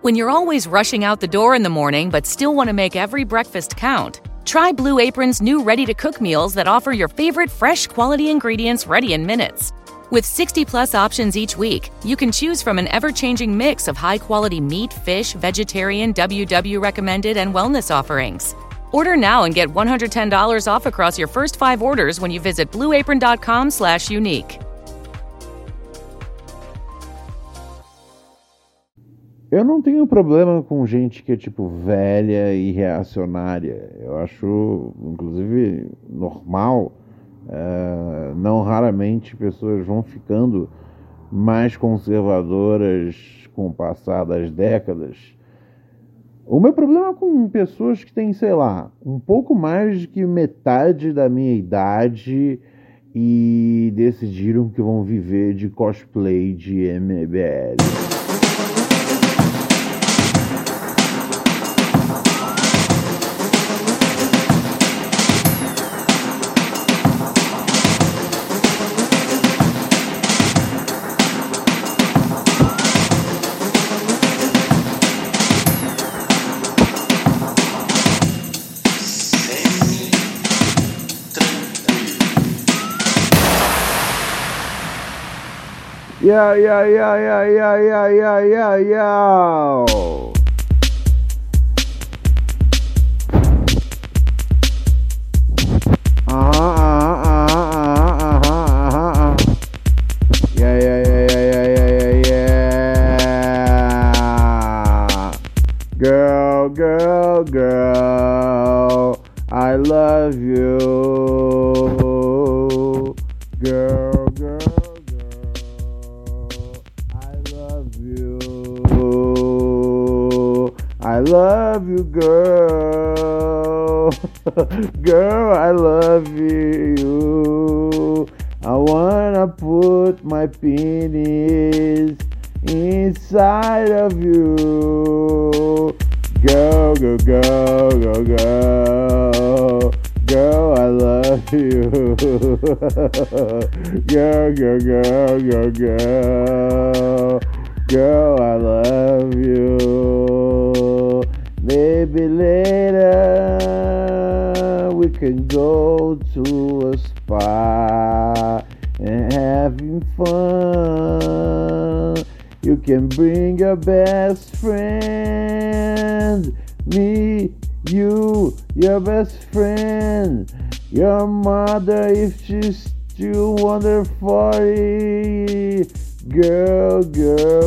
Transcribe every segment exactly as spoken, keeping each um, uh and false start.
When you're always rushing out the door in the morning but still want to make every breakfast count, try Blue Apron's new ready-to-cook meals that offer your favorite fresh quality ingredients ready in minutes. With sixty plus options each week, you can choose from an ever-changing mix of high-quality meat, fish, vegetarian, W W recommended, and wellness offerings. Order now and get one hundred ten dollars off across your first five orders when you visit blueapron.com slash unique. Eu não tenho problema com gente que é, tipo, velha e reacionária. Eu acho, inclusive, normal. Uh, não raramente pessoas vão ficando mais conservadoras com o passar das décadas. O meu problema é com pessoas que têm, sei lá, um pouco mais que metade da minha idade e decidiram que vão viver de cosplay de M B L. Yeah, yeah, yeah, yeah, yeah, yeah, yeah, yeah, yeah. Uh-huh, uh-huh, uh-huh, uh-huh, uh-huh. Yeah, yeah, yeah, yeah, yeah, yeah, yeah. Girl, girl, girl, I love you. Girl, girl. I love you, girl. Girl, I love you. I wanna put my penis inside of you. Girl, girl, girl, girl, girl. Girl, I love you. Girl, girl, girl, girl, girl. Girl, I love you. Maybe later we can go to a spa and having fun. You can bring your best friend, me, you, your best friend, your mother if she's still under forty. Girl, girl,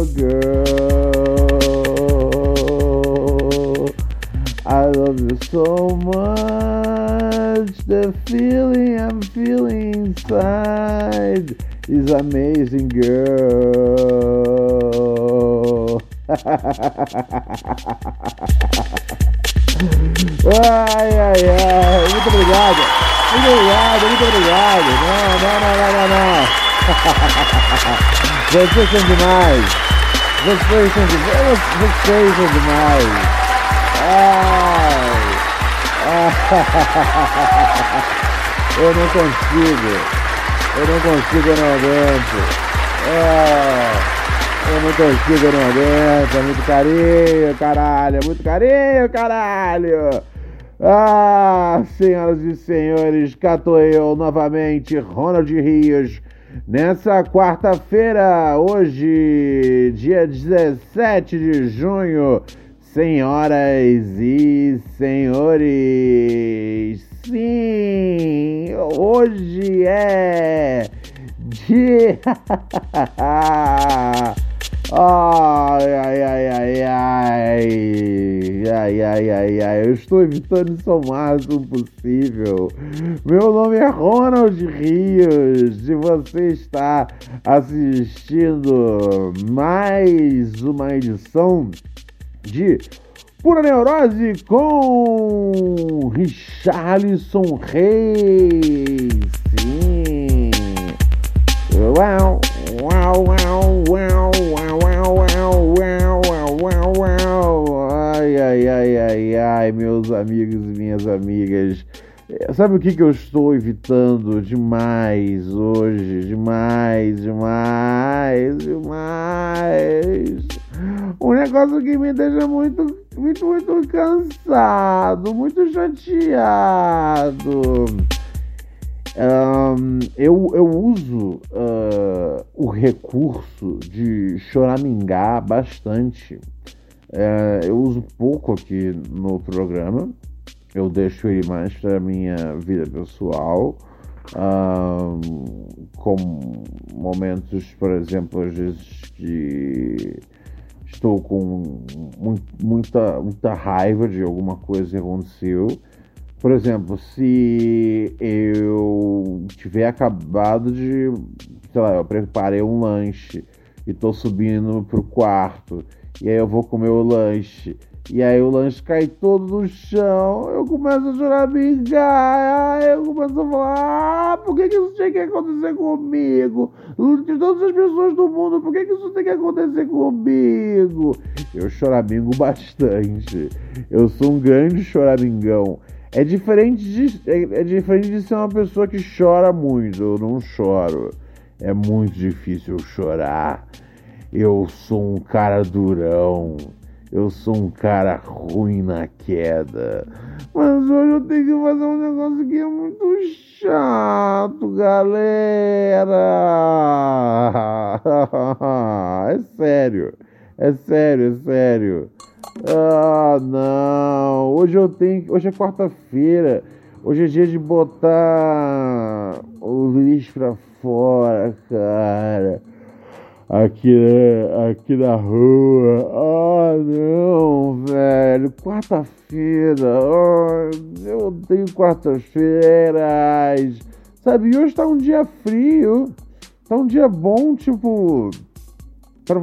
girl, I love you so much. The feeling I'm feeling inside is amazing, girl. Ai, ai, ai, muito obrigado, muito obrigado, muito obrigado. Não, não, não, não, não, não. Vocês são demais. Vocês são demais. Vocês são demais. Ai. Eu não consigo. Eu não consigo, eu não aguento. Ah. Eu não consigo, eu não aguento. É muito carinho, caralho. É muito carinho, caralho. Ah, senhoras e senhores, cá tô eu novamente, Ronald Rios. Nessa quarta-feira, hoje, dia dezessete de junho, senhoras e senhores, sim, hoje é dia... Ai, ai, ai, ai, ai, ai, ai, ai, ai, eu estou evitando isso ao máximo possível. Meu nome é Ronald Rios e você está assistindo mais uma edição de Pura Neurose com Richarlison Reis. Sim. Uau, uau, uau, uau, uau, uau, uau, uau, uau, uau. Ai, ai, ai, ai, ai, meus amigos e minhas amigas. Sabe o que, que eu estou evitando demais hoje? Demais, demais, demais. um negócio que me deixa muito, muito, muito cansado, muito chateado. Um, eu, eu uso uh, o recurso de choramingar bastante. Uh, eu uso pouco aqui no programa. Eu deixo ele mais para minha vida pessoal. Um, com momentos, por exemplo, às vezes que estou com muita, muita raiva de alguma coisa que aconteceu. Por exemplo, se eu tiver acabado de, sei lá, eu preparei um lanche e tô subindo pro quarto, e aí eu vou comer o lanche, e aí o lanche cai todo no chão, eu começo a choramingar, eu começo a falar, ah, por que que isso tinha que acontecer comigo? De todas as pessoas do mundo, por que que isso tem que acontecer comigo? Eu choramingo bastante, eu sou um grande choramingão. É diferente, de, é, é diferente de ser uma pessoa que chora muito. Eu não choro. É muito difícil eu chorar. Eu sou um cara durão. Eu sou um cara ruim na queda. Mas hoje eu tenho que fazer um negócio que é muito chato, galera. É sério. É sério, é sério. Ah, não. Hoje eu tenho. Hoje é quarta-feira. Hoje é dia de botar o lixo pra fora, cara. Aqui, aqui na rua. Ah, não, velho. Quarta-feira. Oh, eu odeio quartas-feiras. Sabe, hoje tá um dia frio. Tá um dia bom, tipo, pra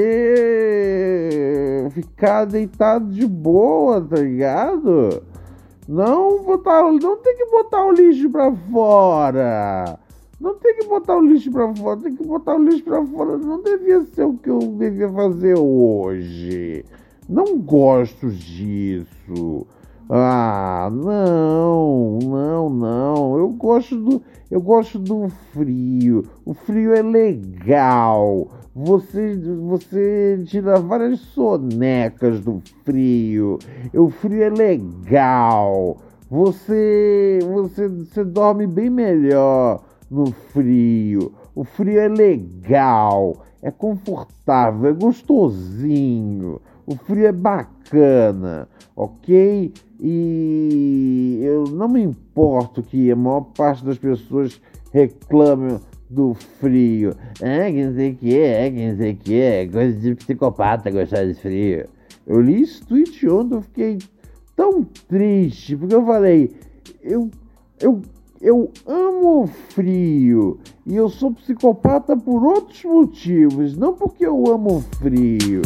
você ficar deitado de boa, tá ligado? Não botar, não tem que botar o lixo pra fora. Não tem que botar o lixo pra fora. Tem que botar o lixo pra fora. Não devia ser o que eu devia fazer hoje. Não gosto disso. Ah, não, não, não. Eu gosto do, eu gosto do frio. O frio é legal. Você, você tira várias sonecas do frio. O frio é legal. Você, você, você dorme bem melhor no frio. O frio é legal. É confortável. É gostosinho. O frio é bacana, ok? E eu não me importo que a maior parte das pessoas reclamem do frio. Ah, que não sei o que é, que não sei o que é, coisa de psicopata gostar de frio. Eu li esse tweet ontem, eu fiquei tão triste, porque eu falei, eu, eu, eu amo o frio, e eu sou psicopata por outros motivos, não porque eu amo o frio.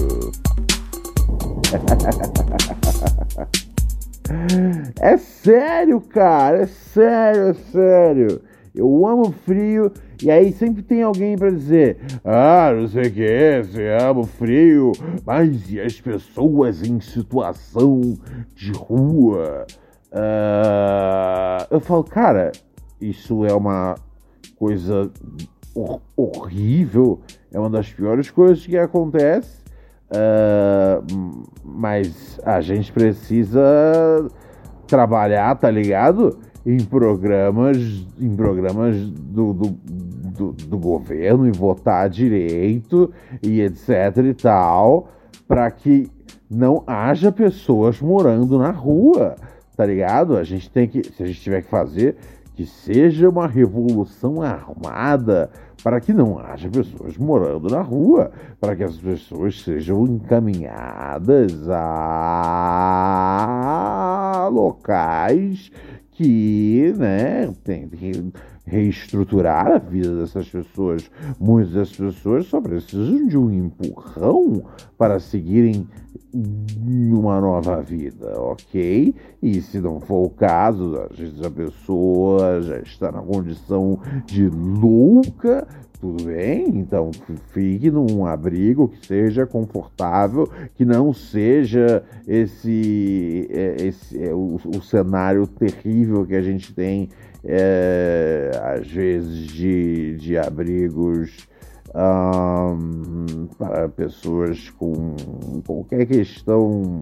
É sério, cara, é sério, é sério. Eu amo frio, e aí sempre tem alguém pra dizer, ah, não sei o que, você ama o frio, mas e as pessoas em situação de rua? Uh, eu falo, cara, isso é uma coisa hor- horrível, é uma das piores coisas que acontece. Uh, mas a gente precisa trabalhar, tá ligado? Em programas, em programas do, do, do, do governo e votar direito e etc e tal, para que não haja pessoas morando na rua, tá ligado? A gente tem que, se a gente tiver que fazer, que seja uma revolução armada para que não haja pessoas morando na rua, para que as pessoas sejam encaminhadas a locais que, né, tem que reestruturar a vida dessas pessoas. Muitas das pessoas só precisam de um empurrão para seguirem uma nova vida, ok? E se não for o caso, às vezes a pessoa já está na condição de louca, tudo bem? Então fique num abrigo que seja confortável, que não seja esse, esse o, o cenário terrível que a gente tem, é, às vezes, de, de abrigos um, para pessoas com qualquer questão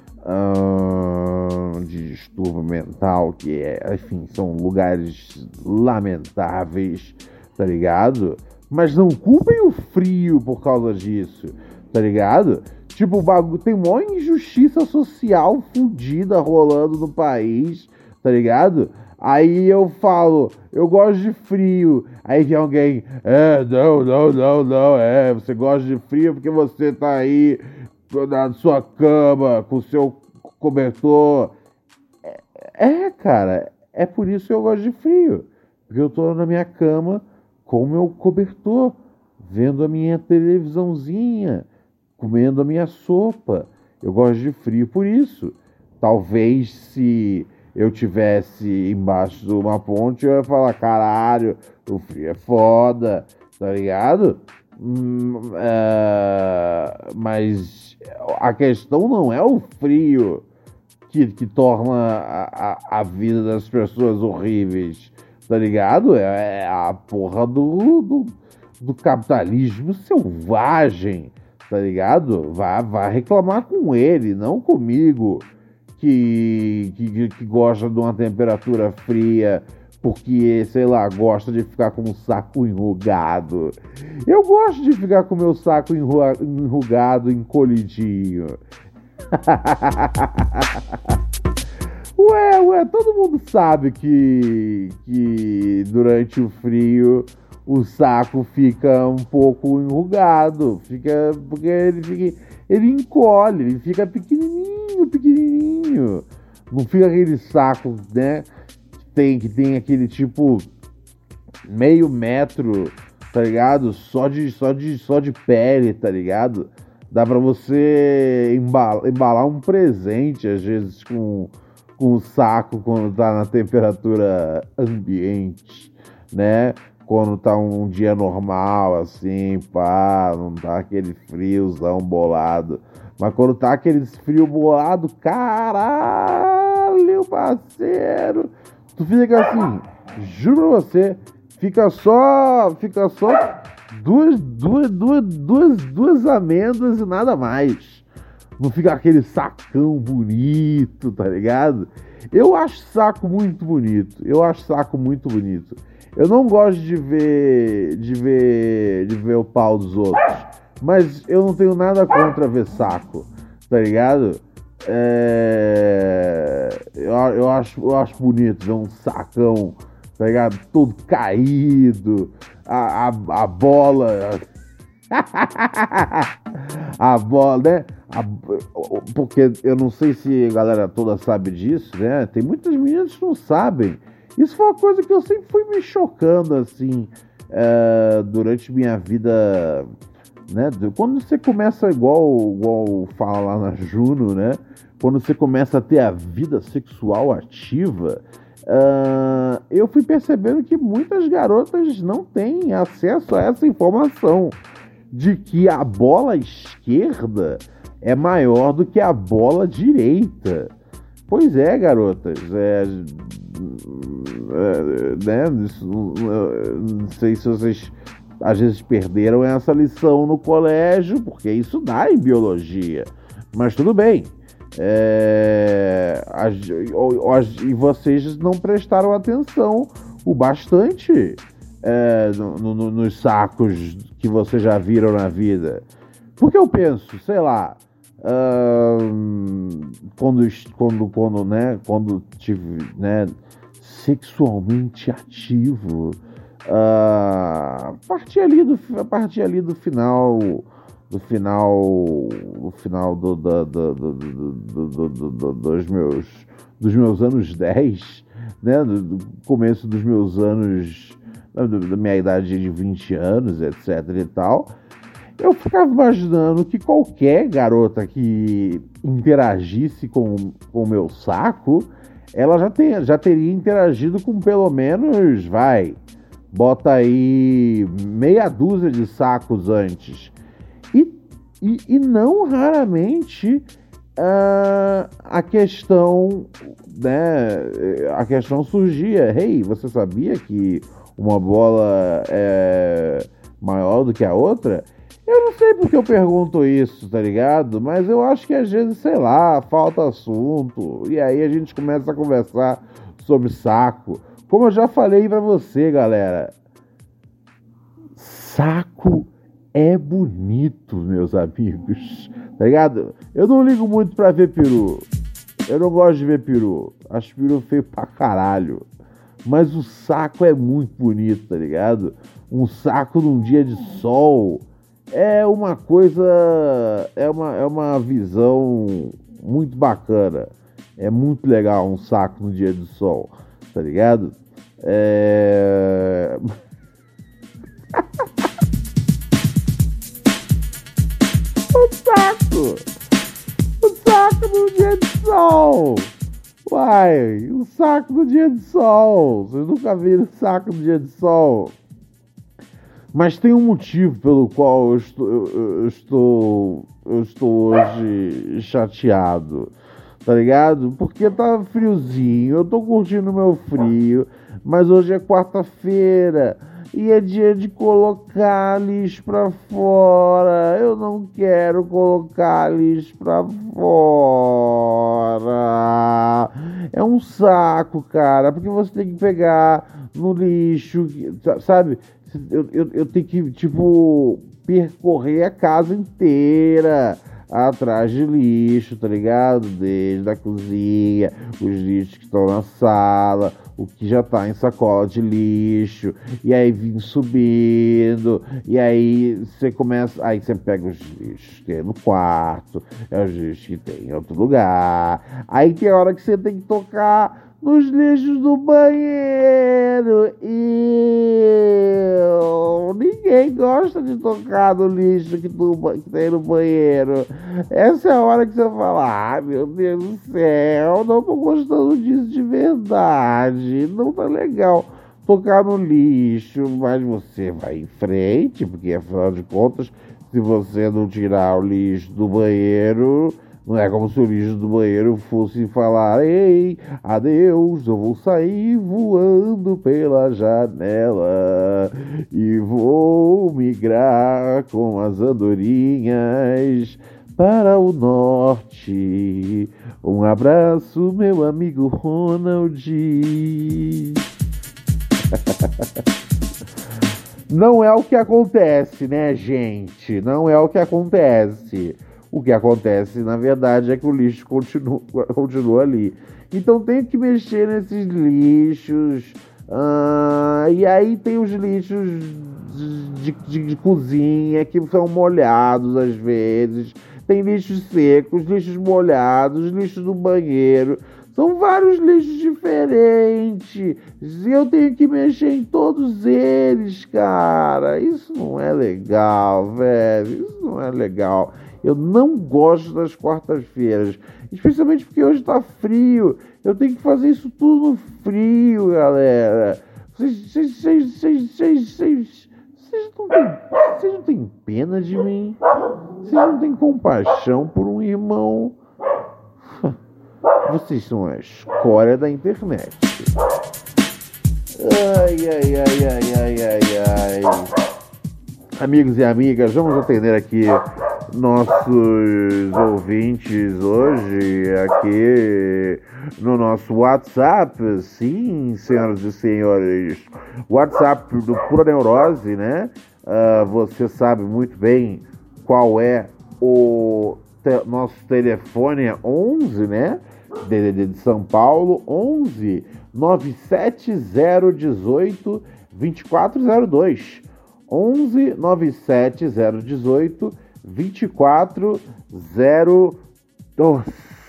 um, de distúrbio mental, que é, enfim, são lugares lamentáveis, tá ligado? Mas não culpem o frio por causa disso, tá ligado? Tipo, o bagulho, tem uma injustiça social fodida rolando no país, tá ligado? Aí eu falo, eu gosto de frio. Aí vem alguém, é, não, não, não, não, é, você gosta de frio porque você tá aí na sua cama com o seu cobertor. É, é, cara, é por isso que eu gosto de frio. Porque eu tô na minha cama com o meu cobertor, vendo a minha televisãozinha, comendo a minha sopa. Eu gosto de frio por isso. Talvez se eu tivesse embaixo de uma ponte, eu ia falar, caralho, o frio é foda, tá ligado? Hum, é... Mas a questão não é o frio que, que torna a, a, a vida das pessoas horríveis, tá ligado? É, é a porra do, do, do capitalismo selvagem, tá ligado? Vá, vá reclamar com ele, não comigo. Que, que, que gosta de uma temperatura fria porque, sei lá, gosta de ficar com o saco enrugado. Eu gosto de ficar com o meu saco enrugado, encolhidinho. Ué, ué, todo mundo sabe que, que durante o frio o saco fica um pouco enrugado, fica, porque ele fica, ele encolhe, ele fica pequenininho, pequenininho. Não fica aquele saco, né, que tem, que tem aquele tipo meio metro, tá ligado? Só de, só de, só de pele, tá ligado? Dá pra você embalar, embalar um presente, às vezes, com, com o saco quando tá na temperatura ambiente, né? Quando tá um dia normal, assim, pá, não tá aquele friozão bolado. Mas quando tá aquele frio bolado, caralho, parceiro, tu fica assim, juro pra você, fica só, fica só duas, duas, duas, duas, duas amêndoas e nada mais. Não fica aquele sacão bonito, tá ligado? Eu acho saco muito bonito, eu acho saco muito bonito. Eu não gosto de ver, de ver, de ver o pau dos outros, mas eu não tenho nada contra ver saco, tá ligado? É... Eu, eu, acho, eu acho bonito ver um sacão, tá ligado? Todo caído, a, a, a bola, a bola, né? A, porque eu não sei se a galera toda sabe disso, né? Tem muitas meninas que não sabem. Isso foi uma coisa que eu sempre fui me chocando, assim, uh, durante minha vida, né? Quando você começa, igual, igual fala lá na Juno, né? Quando você começa a ter a vida sexual ativa, uh, eu fui percebendo que muitas garotas não têm acesso a essa informação de que a bola esquerda é maior do que a bola direita. Pois é, garotas, é... É, né? Não sei se vocês às vezes perderam essa lição no colégio, porque isso dá em biologia, mas tudo bem. É, as, as, e vocês não prestaram atenção o bastante é, no, no, nos sacos que vocês já viram na vida. Porque eu penso, sei lá, hum, quando, quando, quando, né, quando tive, né, sexualmente ativo, uh, a partir ali do a partir ali do final do final do final do, do, do, do, do, do, do, dos meus dos meus anos dez, né, do, do começo dos meus anos da, da minha idade de vinte anos, etc e tal, eu ficava imaginando que qualquer garota que interagisse com com o meu saco, ela já, tem, já teria interagido com pelo menos, vai, bota aí meia dúzia de sacos antes. E, e, e não raramente uh, a questão, né, a questão surgia, hey, você sabia que uma bola é maior do que a outra? Eu não sei porque eu pergunto isso, tá ligado? Mas eu acho que às vezes, sei lá, falta assunto. E aí a gente começa a conversar sobre saco. Como eu já falei pra você, galera, saco é bonito, meus amigos. Tá ligado? Eu não ligo muito pra ver peru. Eu não gosto de ver peru. Acho peru feio pra caralho. Mas o saco é muito bonito, tá ligado? Um saco num dia de sol é uma coisa, é uma, é uma visão muito bacana. É muito legal um saco no dia de sol, tá ligado? É... o saco! O saco no dia de sol! Uai, o saco no dia de sol! Vocês nunca viram saco no dia de sol? Mas tem um motivo pelo qual eu estou, eu, eu estou, eu estou hoje chateado, tá ligado? Porque tá friozinho, eu tô curtindo o meu frio, mas hoje é quarta-feira e é dia de colocar lixo pra fora. Eu não quero colocar lixo pra fora. É um saco, cara, porque você tem que pegar no lixo, sabe? Eu, eu, eu tenho que, tipo, percorrer a casa inteira atrás de lixo, tá ligado? Desde a cozinha, os lixos que estão na sala, o que já tá em sacola de lixo, e aí vim subindo, e aí você começa, aí você pega os lixos que tem no quarto, é os lixos que tem em outro lugar, aí tem hora que você tem que tocar nos lixos do banheiro. E ninguém gosta de tocar no lixo que, tu, que tem no banheiro. Essa é a hora que você fala: ah, meu Deus do céu, não tô gostando disso de verdade, não tá legal tocar no lixo. Mas você vai em frente, porque afinal de contas, se você não tirar o lixo do banheiro, não é como se o lixo do banheiro fosse falar: ei, adeus, eu vou sair voando pela janela e vou migrar com as andorinhas para o norte. Um abraço, meu amigo Ronald. Não é o que acontece, né, gente? Não é o que acontece. O que acontece, na verdade, é que o lixo continua, continua ali. Então tem que mexer nesses lixos. Uh, e aí tem os lixos de, de, de cozinha que são molhados às vezes. Tem lixos secos, lixos molhados, lixos do banheiro. São vários lixos diferentes. E eu tenho que mexer em todos eles, cara. Isso não é legal, velho. Isso não é legal. Eu não gosto das quartas-feiras, especialmente porque hoje tá frio. Eu tenho que fazer isso tudo no frio, galera. Vocês, vocês, vocês, vocês, vocês, vocês, vocês, não têm, vocês não têm pena de mim? Vocês não têm compaixão por um irmão? Vocês são a escória da internet. Ai, ai, ai, ai, ai, ai, ai. Amigos e amigas, vamos atender aqui nossos ouvintes hoje aqui no nosso WhatsApp. Sim, senhoras e senhores, WhatsApp do Pura Neurose, né? Uh, você sabe muito bem qual é o te- nosso telefone, é onze, né? D D D de São Paulo, onze nove sete zero um oito dois quatro zero dois. onze nove sete zero um oito dois quatro zero dois.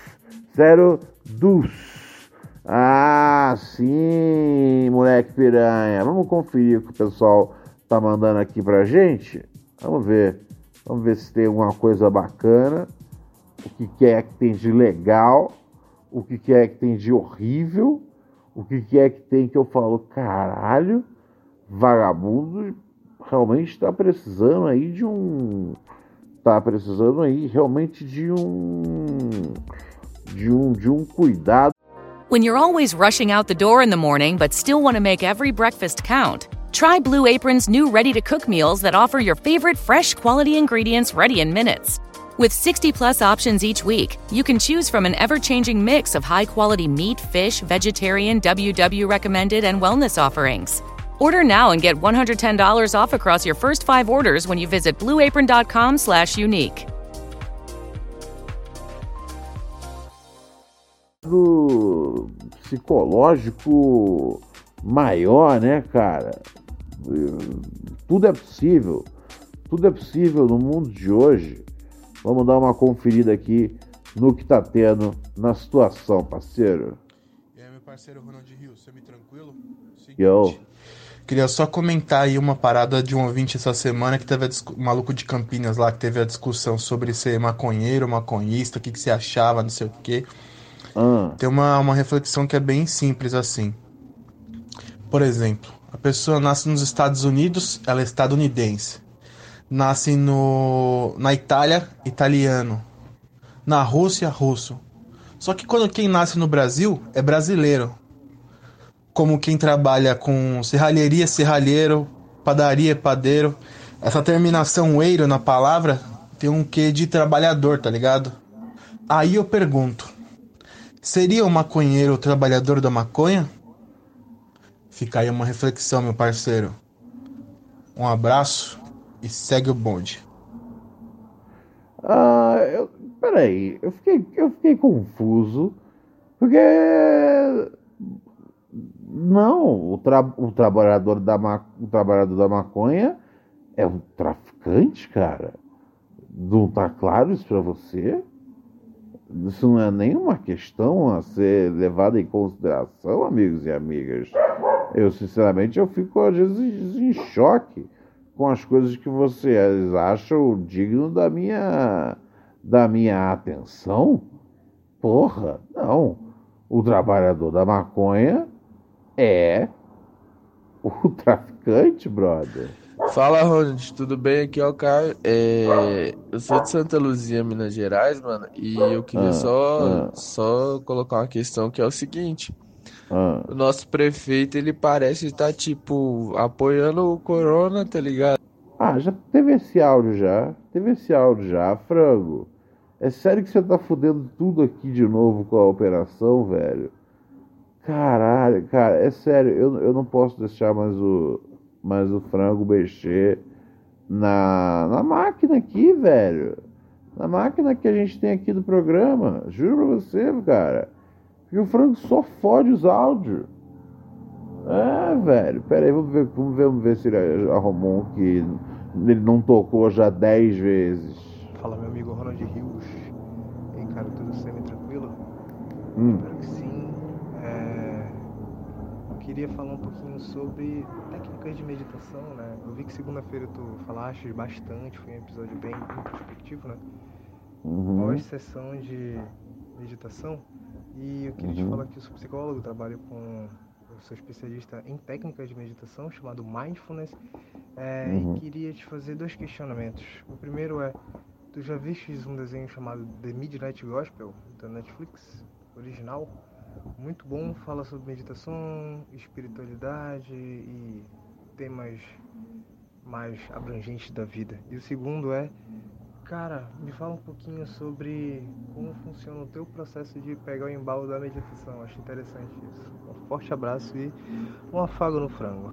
Ah, sim, moleque piranha. Vamos conferir o que o pessoal tá mandando aqui pra gente. Vamos ver. Vamos ver se tem alguma coisa bacana. O que, que é que tem de legal. O que, que é que tem de horrível. O que, que é que tem que eu falo: caralho, vagabundo realmente está precisando aí de um... Tá precisando aí realmente de um... De um, de um cuidado. When you're always rushing out the door in the morning but still want to make every breakfast count, Try Blue Apron's new ready-to-cook meals that offer your favorite fresh quality ingredients ready in minutes. With sixty plus options each week, you can choose from an ever-changing mix of high-quality meat, fish, vegetarian, W W recommended, and wellness offerings. Order now and get one hundred ten dollars off across your first five orders when you visit blueapron.com slash unique. Do psicológico maior, né, cara? Tudo é possível. Tudo é possível no mundo de hoje. Vamos dar uma conferida aqui no que tá tendo na situação, parceiro. E aí, meu parceiro Ronald Rios, você me tranquilo? Seguinte, Yo. Queria só comentar aí uma parada de um ouvinte essa semana que teve a discu- um maluco de Campinas lá, que teve a discussão sobre ser maconheiro, maconhista, o que, que você achava, não sei o quê. Ah, Tem uma, uma reflexão que é bem simples assim. Por exemplo, a pessoa nasce nos Estados Unidos, ela é estadunidense. Nasce no, na Itália, italiano. Na Rússia, russo. Só que quando quem nasce no Brasil é brasileiro. Como quem trabalha com serralheria, serralheiro, padaria, padeiro. Essa terminação eiro na palavra tem um quê de trabalhador, tá ligado? Aí eu pergunto, seria o maconheiro o trabalhador da maconha? Fica aí uma reflexão, meu parceiro. Um abraço e segue o bonde. ah eu, peraí, eu fiquei, eu fiquei confuso, porque não, o, tra, o, trabalhador da ma, o trabalhador da maconha é um traficante, cara. Não tá claro isso pra você? Isso não é nenhuma questão a ser levada em consideração, amigos e amigas. Eu, sinceramente, eu fico às vezes em choque com as coisas que vocês acham digno da minha, da minha atenção. Porra, não. O trabalhador da maconha é o traficante, brother. Fala, Ronald, tudo bem? Aqui é o Caio. É, eu sou de Santa Luzia, Minas Gerais, mano, e eu queria Ah, só, ah, só colocar uma questão que é o seguinte: ah. o nosso prefeito, ele parece estar, tipo, apoiando o Corona, tá ligado? Ah, já teve esse áudio já. Teve esse áudio já, frango. É sério que você tá fudendo tudo aqui de novo com a operação, velho? Caralho, cara, é sério, eu, eu não posso deixar mais o, mais o frango mexer na, na máquina aqui, velho. Na máquina que a gente tem aqui do programa. Juro pra você, cara. Porque o frango só fode os áudios. É, velho. Pera aí, vamos ver, vamos ver, vamos ver se ele arrumou um que ele não tocou já dez vezes. Fala, meu amigo Ronald Rios. E aí, cara, tudo semi-tranquilo? Hum. Espero que sim. É... Eu queria falar um pouquinho sobre técnicas de meditação, né? Eu vi que segunda-feira tu falaste bastante, foi um episódio bem introspectivo, né? Uhum. Pós-sessão de meditação. E eu queria te Uhum. falar que eu sou psicólogo, trabalho com... Eu sou especialista em técnicas de meditação, chamado Mindfulness. É, Uhum. E queria te fazer dois questionamentos. O primeiro é, tu já vistes um desenho chamado The Midnight Gospel, da Netflix, original? Muito bom, fala sobre meditação, espiritualidade e temas mais abrangentes da vida. E o segundo é, cara, me fala um pouquinho sobre como funciona o teu processo de pegar o embalo da meditação. Acho interessante isso. Um forte abraço e um afago no frango.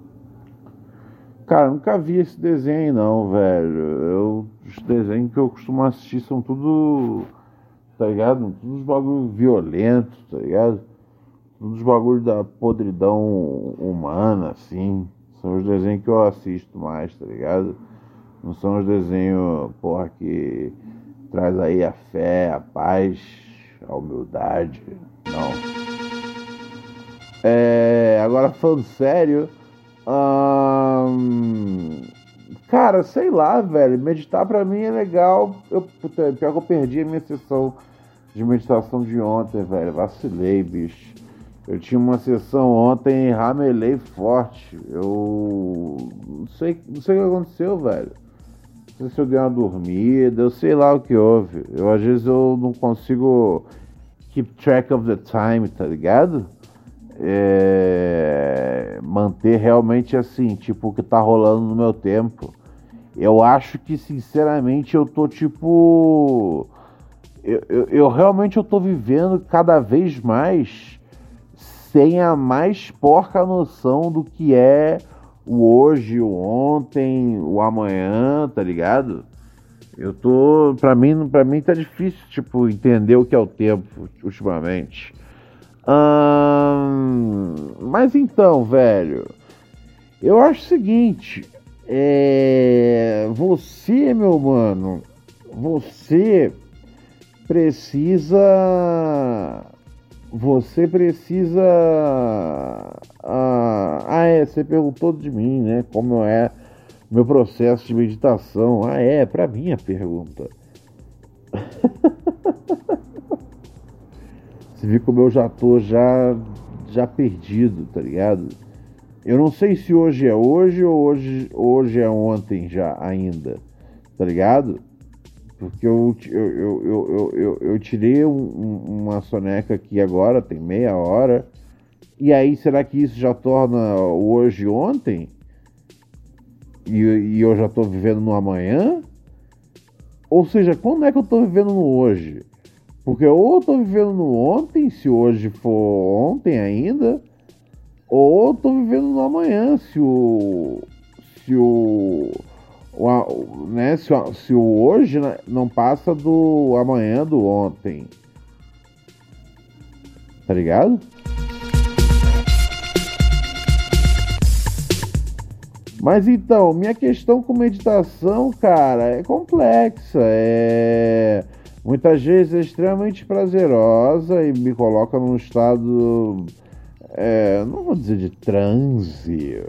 Cara, nunca vi esse desenho não, velho. Eu, os desenhos que eu costumo assistir são tudo, tá ligado? Todos os bagulho violentos, tá ligado? Todos os bagulho da podridão humana, assim. São os desenhos que eu assisto mais, tá ligado? Não são os desenhos, porra, que traz aí a fé, a paz, a humildade. Não. É, agora falando sério, hum, cara, sei lá, velho, meditar pra mim é legal. Eu, puta, pior que eu perdi a minha sessão de meditação de ontem, velho, vacilei, bicho. Eu tinha uma sessão ontem e ramelei forte. Eu não sei, não sei o que aconteceu, velho. Não sei se eu dei uma dormida, eu sei lá o que houve. Eu, às vezes eu não consigo keep track of the time, tá ligado? é, manter realmente assim, tipo, o que tá rolando no meu tempo. Eu acho que, sinceramente, eu tô tipo... Eu, eu, eu realmente eu tô vivendo cada vez mais sem a mais porca noção do que é o hoje, o ontem, o amanhã, tá ligado? Eu tô... Pra mim, pra mim tá difícil, tipo, entender o que é o tempo ultimamente. Hum, mas então, velho, eu acho o seguinte... É... Você, meu mano, você precisa... Você precisa... Ah, ah, é, você perguntou de mim, né? Como é meu processo de meditação. Ah, é, pra mim a pergunta. Você viu como eu já tô já, já perdido, tá ligado? Eu não sei se hoje é hoje ou hoje, hoje é ontem já ainda, tá ligado? Porque eu, eu, eu, eu, eu, eu, eu tirei um, uma soneca aqui agora, tem meia hora. E aí, será que isso já torna o hoje ontem? E, e eu já tô vivendo no amanhã? Ou seja, quando é que eu tô vivendo no hoje? Porque ou eu tô vivendo no ontem, se hoje for ontem ainda, ou eu tô vivendo no amanhã, se o... Se o... o né, se, o, se o hoje não passa do amanhã do ontem. Tá ligado? Mas então, minha questão com meditação, cara, é complexa. É... Muitas vezes é extremamente prazerosa e me coloca num estado... É, não vou dizer de transe,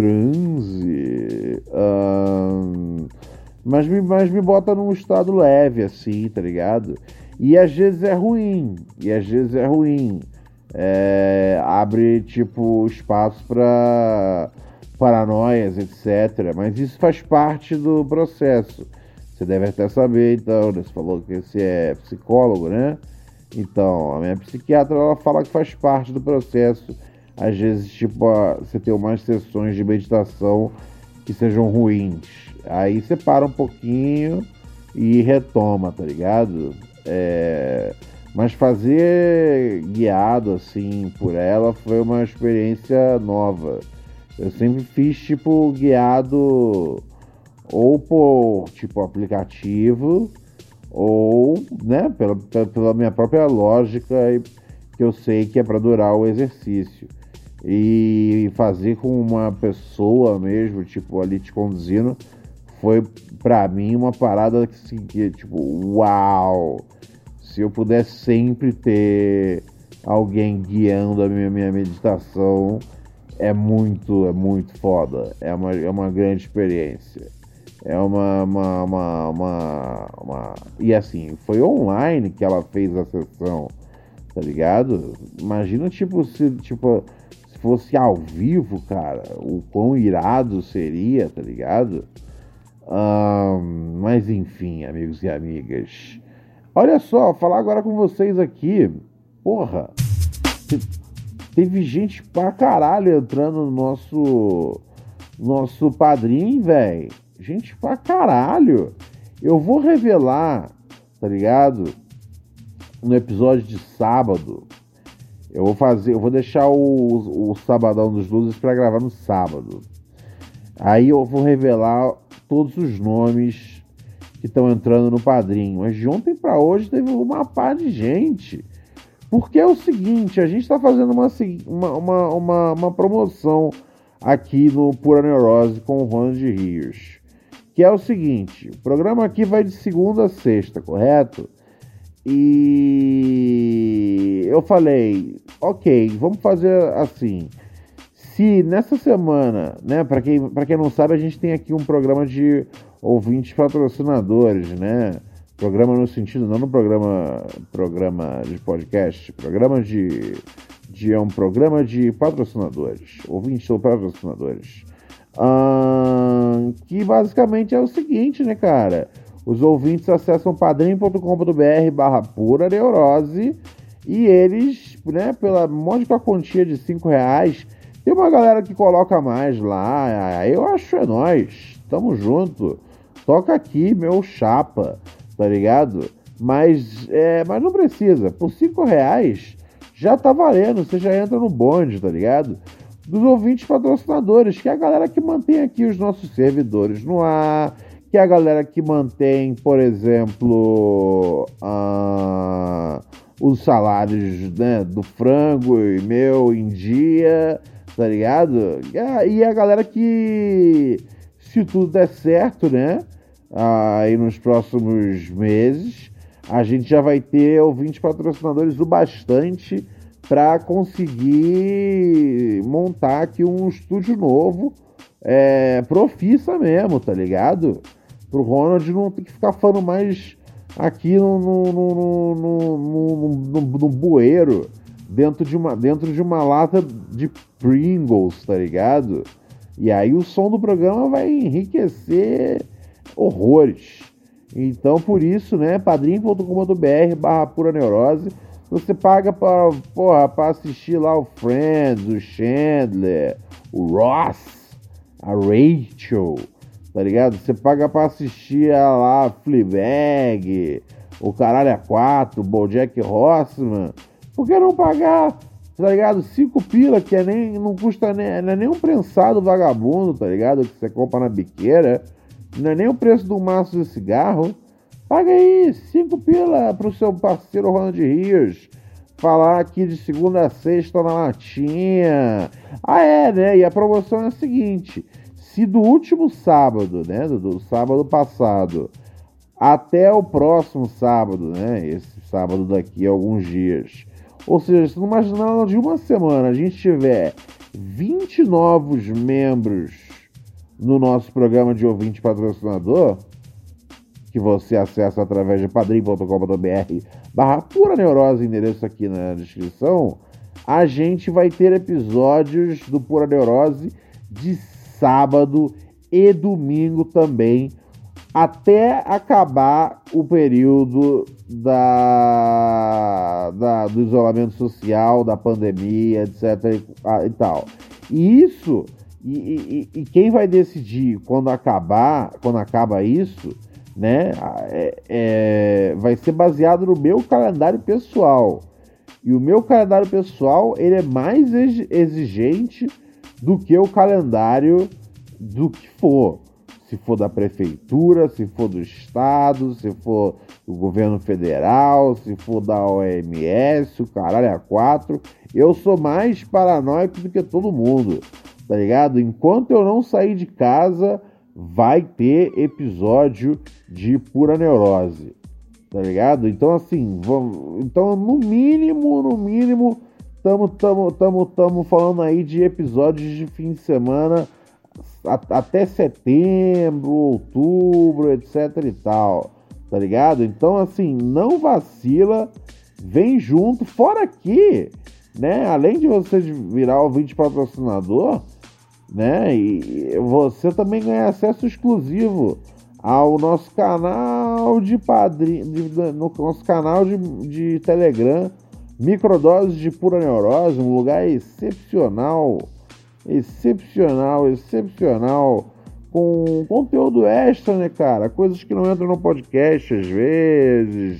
transe, hum, mas, me, mas me bota num estado leve, assim, tá ligado? E às vezes é ruim, e às vezes é ruim. É, abre, tipo, espaço para paranoias, etcétera. Mas isso faz parte do processo. Você deve até saber, então, você falou que você é psicólogo, né? Então, a minha psiquiatra, ela fala que faz parte do processo. Às vezes, tipo, você tem umas sessões de meditação que sejam ruins. Aí você para um pouquinho e retoma, tá ligado? É... Mas fazer guiado, assim, por ela foi uma experiência nova. Eu sempre fiz, tipo, guiado ou por, tipo, aplicativo... ou, né, pela, pela minha própria lógica, que eu sei que é para durar o exercício. E fazer com uma pessoa mesmo, tipo, ali te conduzindo, foi para mim uma parada que, que, tipo, uau! Se eu pudesse sempre ter alguém guiando a minha, minha meditação, é muito, é muito foda. É uma, é uma grande experiência. É uma, uma, uma, uma, uma... E assim, foi online que ela fez a sessão, tá ligado? Imagina, tipo, se, tipo, se fosse ao vivo, cara, o quão irado seria, tá ligado? Um, mas enfim, amigos e amigas. Olha só, falar agora com vocês aqui. Porra, teve gente pra caralho entrando no nosso, nosso padrinho, velho. Gente pra caralho. Eu vou revelar, tá ligado? No episódio de sábado. Eu vou fazer, eu vou deixar o, o Sabadão dos Luzes pra gravar no sábado. Aí eu vou revelar todos os nomes que estão entrando no padrinho. Mas de ontem pra hoje teve uma par de gente. Porque é o seguinte, a gente tá fazendo uma, uma, uma, uma promoção aqui no Pura Neurose com o Ronald Rios. Que é o seguinte, o programa aqui vai de segunda a sexta, correto? E eu falei, ok, vamos fazer assim. Se nessa semana, né, para quem, para quem não sabe, a gente tem aqui um programa de ouvintes patrocinadores, né? Programa no sentido, não no programa, programa de podcast, programa de, de é um programa de patrocinadores, ouvintes ou patrocinadores. Hum, que basicamente é o seguinte, né, cara? Os ouvintes acessam padrim.com.br barra pura neurose E eles, né, pela módica quantia de cinco reais, tem uma galera que coloca mais lá. Eu acho é nóis. Tamo junto. Toca aqui, meu chapa, tá ligado? Mas, é, mas não precisa. Por cinco reais já tá valendo. Você já entra no bonde, tá ligado? Dos ouvintes patrocinadores, que é a galera que mantém aqui os nossos servidores no ar, que é a galera que mantém, por exemplo, uh, os salários, né, do frango e meu em dia, tá ligado? E a galera que, se tudo der certo, né, aí nos próximos meses, a gente já vai ter ouvintes patrocinadores o bastante para conseguir montar aqui um estúdio novo, é, profissa mesmo, tá ligado? Pro Ronald não ter que ficar falando mais aqui no, no, no, no, no, no, no bueiro, dentro de, uma, dentro de uma lata de Pringles, tá ligado? E aí o som do programa vai enriquecer horrores. Então, por isso, né, padrim.com.br barra pura neurose. Você paga pra, porra, pra assistir lá o Friends, o Chandler, o Ross, a Rachel, tá ligado? Você paga pra assistir a lá Fleabag, o Caralho a quatro, o BoJack Horseman. Por que não pagar, tá ligado? Cinco pila, que é nem, não custa nem, não é nem um prensado vagabundo, tá ligado? Que você compra na biqueira. Não é nem o preço do maço de cigarro. Paga aí, cinco pila pro seu parceiro Ronald Rios falar aqui de segunda a sexta na latinha. Ah, é, né? E a promoção é a seguinte: se do último sábado, né, do, do sábado passado, até o próximo sábado, né, esse sábado daqui a alguns dias, ou seja, se numa janela de uma semana a gente tiver vinte novos membros no nosso programa de ouvinte patrocinador, que você acessa através de padrim.com.br barra pura neurose, endereço aqui na descrição, a gente vai ter episódios do Pura Neurose de sábado e domingo também, até acabar o período da, da, do isolamento social, da pandemia, etc e, e tal. E isso, e, e, e quem vai decidir quando acabar, quando acaba isso, né, é, é, vai ser baseado no meu calendário pessoal. E o meu calendário pessoal, ele é mais exigente do que o calendário do que for. Se for da prefeitura, se for do estado, se for do governo federal, se for da O M S, o caralho é quatro. Eu sou mais paranoico do que todo mundo, tá ligado? Enquanto eu não sair de casa, vai ter episódio de Pura Neurose, tá ligado? Então, assim, vamos, então, no mínimo, no mínimo, tamo, tamo, tamo, tamo falando aí de episódios de fim de semana a, até setembro, outubro, etc e tal, tá ligado? Então, assim, não vacila, vem junto, fora que, né, além de você virar ouvinte patrocinador, né, e você também ganha acesso exclusivo ao nosso canal de padrinho, no nosso canal de, de Telegram, Microdoses de Pura Neurose, um lugar excepcional, excepcional, excepcional, com conteúdo extra, né, cara? Coisas que não entram no podcast às vezes,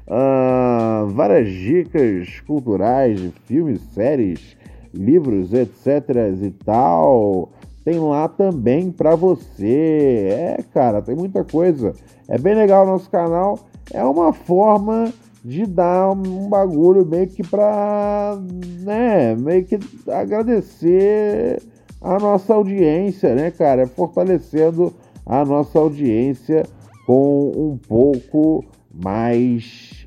uh, várias dicas culturais de filmes, séries, livros, etc e tal. Tem lá também pra você. É, cara, tem muita coisa. É bem legal o nosso canal. É uma forma de dar um bagulho meio que pra, né, meio que agradecer a nossa audiência, né, cara? Fortalecendo a nossa audiência com um pouco mais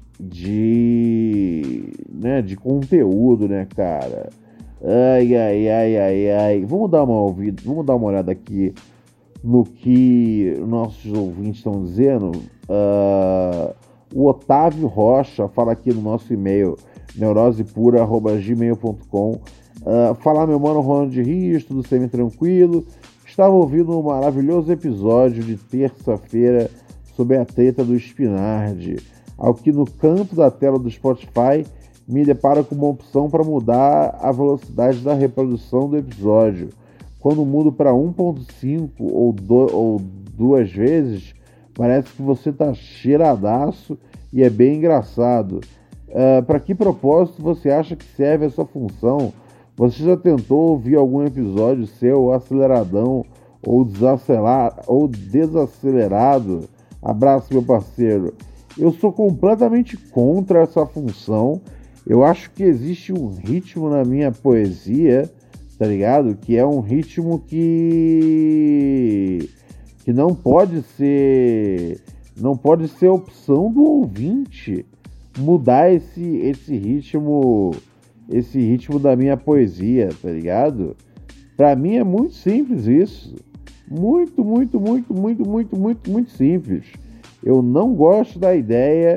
de, né, de conteúdo, né, cara? Ai, ai, ai, ai, ai. Vamos dar uma ouvida, vamos dar uma olhada aqui no que nossos ouvintes estão dizendo. Uh, o Otávio Rocha fala aqui no nosso e-mail, neurosepura arroba gmail ponto com. Uh, Fala, meu mano Ronald Rios, tudo semi-tranquilo. Estava ouvindo um maravilhoso episódio de terça-feira sobre a treta do Spinardi. Ao que no canto da tela do Spotify me deparo com uma opção para mudar a velocidade da reprodução do episódio. Quando mudo para um ponto cinco ou, do, ou duas vezes, parece que você tá cheiradaço e é bem engraçado. Uh, para que propósito você acha que serve essa função? Você já tentou ouvir algum episódio seu aceleradão ou, desacelerar, ou desacelerado? Abraço, meu parceiro. Eu sou completamente contra essa função. Eu acho que existe um ritmo na minha poesia, tá ligado? Que é um ritmo que que não pode ser não pode ser opção do ouvinte mudar esse esse ritmo esse ritmo da minha poesia, tá ligado? Pra mim é muito simples isso. Muito, muito, muito, muito, muito, muito, muito simples. Eu não gosto da ideia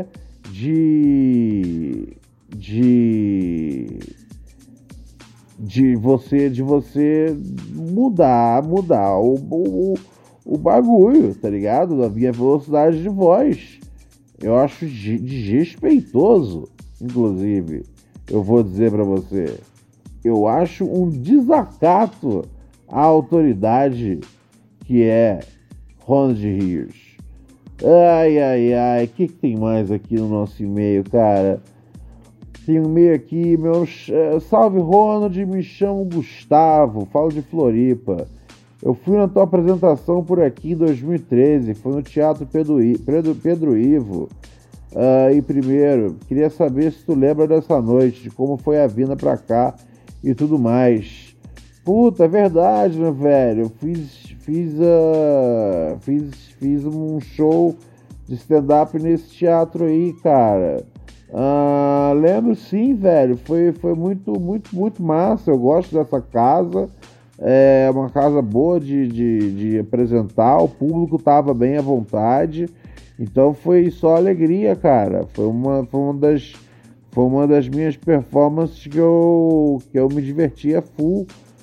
de de de você de você mudar, mudar o, o, o bagulho, tá ligado? Da minha velocidade de voz. Eu acho desrespeitoso, inclusive. Eu vou dizer pra você. Eu acho um desacato à autoridade que é Ronald Hirsch. Ai, ai, ai. O que, que tem mais aqui no nosso e-mail, cara? Tem um e-mail aqui, meu... Salve, Ronald, me chamo Gustavo, falo de Floripa. Eu fui na tua apresentação por aqui em dois mil e treze, foi no Teatro Pedro, I... Pedro... Pedro Ivo. Uh, e primeiro, queria saber se tu lembra dessa noite, de como foi a vinda pra cá e tudo mais. Puta, é verdade, né, velho? Eu fiz, fiz, uh, fiz, fiz um show de stand-up nesse teatro aí, cara. Uh, lembro sim, velho. Foi, foi muito, muito, muito massa. Eu gosto dessa casa. É uma casa boa de, de, de apresentar. O público tava bem à vontade. Então foi só alegria, cara. Foi uma, foi uma, das, foi uma das minhas performances que eu, que eu me divertia full.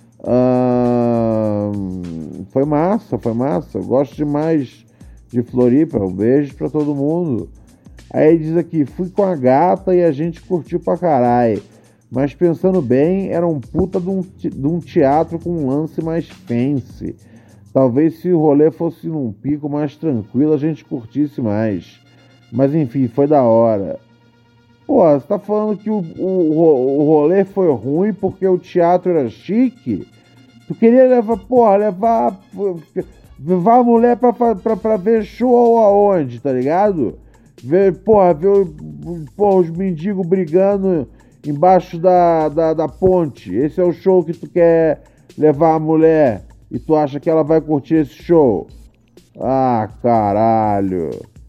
Uh, foi massa, foi massa. Eu gosto demais de Floripa. Um beijo pra todo mundo. Aí ele diz aqui, fui com a gata e a gente curtiu pra caralho. Mas pensando bem, era um puta de um, de um teatro com um lance mais fancy. Talvez se o rolê fosse num pico mais tranquilo, a gente curtisse mais. Mas enfim, foi da hora. Pô, você tá falando que o, o, o rolê foi ruim porque o teatro era chique? Tu queria levar, porra, levar, levar a mulher pra, pra, pra ver show aonde, tá ligado? Ver, porra, ver porra, os mendigos brigando embaixo da, da, da ponte. Esse é o show que tu quer levar a mulher e tu acha que ela vai curtir esse show? Ah, caralho.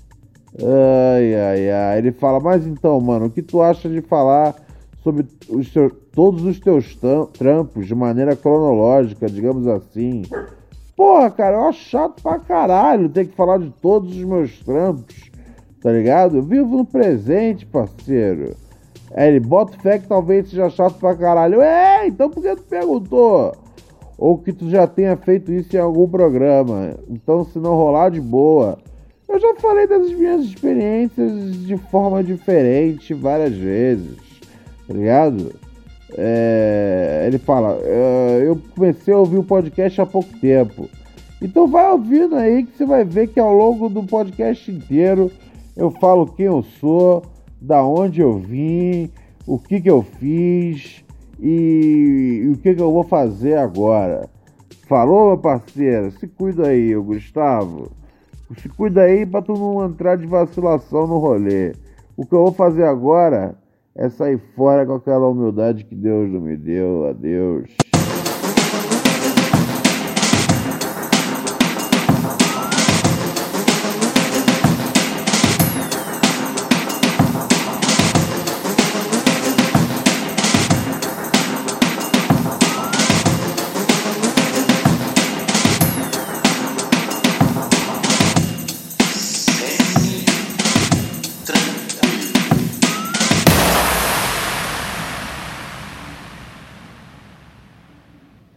Ai, ai, ai. Ele fala, mas então, mano, o que tu acha de falar sobre os teus, todos os teus trampos de maneira cronológica, digamos assim? Porra, cara, eu acho chato pra caralho ter que falar de todos os meus trampos, tá ligado? Eu vivo no presente, parceiro. Aí ele bota fé que talvez seja chato pra caralho. É, então por que tu perguntou? Ou que tu já tenha feito isso em algum programa. Então, se não rolar, de boa. Eu já falei das minhas experiências de forma diferente várias vezes, tá ligado? É, ele fala, eu comecei a ouvir o podcast há pouco tempo. Então vai ouvindo aí que você vai ver que ao longo do podcast inteiro eu falo quem eu sou, da onde eu vim, o que que eu fiz e, e o que que eu vou fazer agora. Falou, meu parceiro? Se cuida aí, Gustavo. Se cuida aí pra tu não entrar de vacilação no rolê. O que eu vou fazer agora é sair fora com aquela humildade que Deus não me deu. Adeus.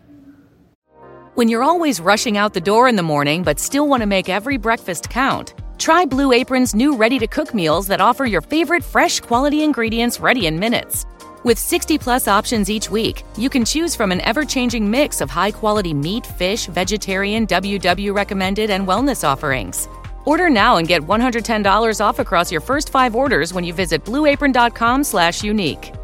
When you're always rushing out the door in the morning but still want to make every breakfast count, Try Blue Apron's new ready-to-cook meals that offer your favorite fresh quality ingredients ready in minutes. With sixty plus options each week, you can choose from an ever-changing mix of high-quality meat, fish, vegetarian, W W recommended, and wellness offerings. Order now and get one hundred ten dollars off across your first five orders when you visit blueapron dot com slash unique.